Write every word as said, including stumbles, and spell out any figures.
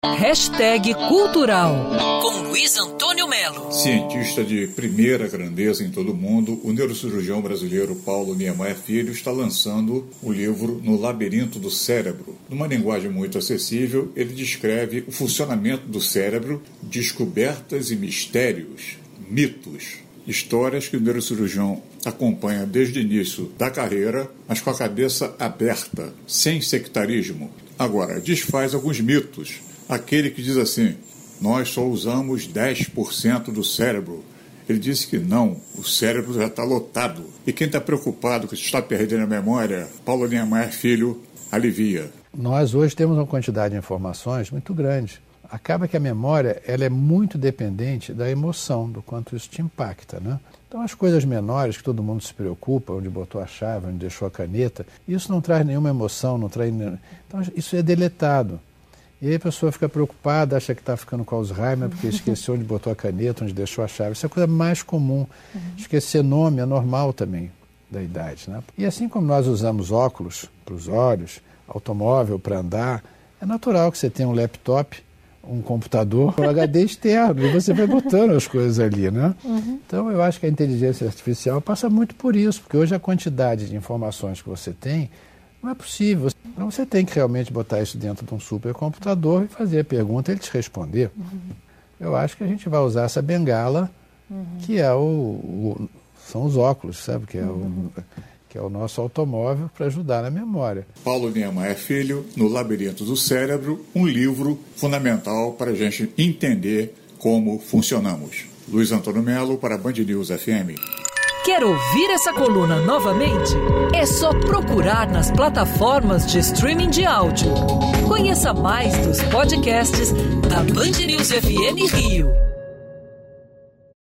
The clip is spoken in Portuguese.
Hashtag Cultural, com Luiz Antônio Melo. Cientista de primeira grandeza em todo o mundo, o neurocirurgião brasileiro Paulo Niemeyer Filho está lançando o livro No Labirinto do Cérebro. Numa linguagem muito acessível, ele descreve o funcionamento do cérebro, descobertas e mistérios, mitos, histórias que o neurocirurgião acompanha desde o início da carreira, mas com a cabeça aberta, sem sectarismo. Agora, desfaz alguns mitos. Aquele que diz assim, nós só usamos dez por cento do cérebro. Ele disse que não, o cérebro já está lotado. E quem está preocupado que está perdendo a memória, Paulo Niemeyer Filho, alivia. Nós hoje temos uma quantidade de informações muito grande. Acaba que a memória ela é muito dependente da emoção, do quanto isso te impacta, né? Então as coisas menores que todo mundo se preocupa, onde botou a chave, onde deixou a caneta, isso não traz nenhuma emoção, não traz... Então isso é deletado. E aí a pessoa fica preocupada, acha que está ficando com Alzheimer porque esqueceu onde botou a caneta, onde deixou a chave. Isso é a coisa mais comum. Uhum. Esquecer nome é normal também da idade, né? E assim como nós usamos óculos para os olhos, automóvel para andar, é natural que você tenha um laptop, um computador, um H D externo, e você vai botando as coisas ali, né? Uhum. Então eu acho que a inteligência artificial passa muito por isso, porque hoje a quantidade de informações que você tem não é possível. Então você tem que realmente botar isso dentro de um supercomputador e fazer a pergunta e ele te responder. Uhum. Eu acho que a gente vai usar essa bengala, uhum. que é o, o, são os óculos, sabe? Que é, uhum. o, que é o nosso automóvel para ajudar na memória. Paulo Niemeyer Filho, No Labirinto do Cérebro, um livro fundamental para a gente entender como funcionamos. Luiz Antônio Melo para a Band News F M. Quer ouvir essa coluna novamente? É só procurar nas plataformas de streaming de áudio. Conheça mais dos podcasts da Band News F M Rio.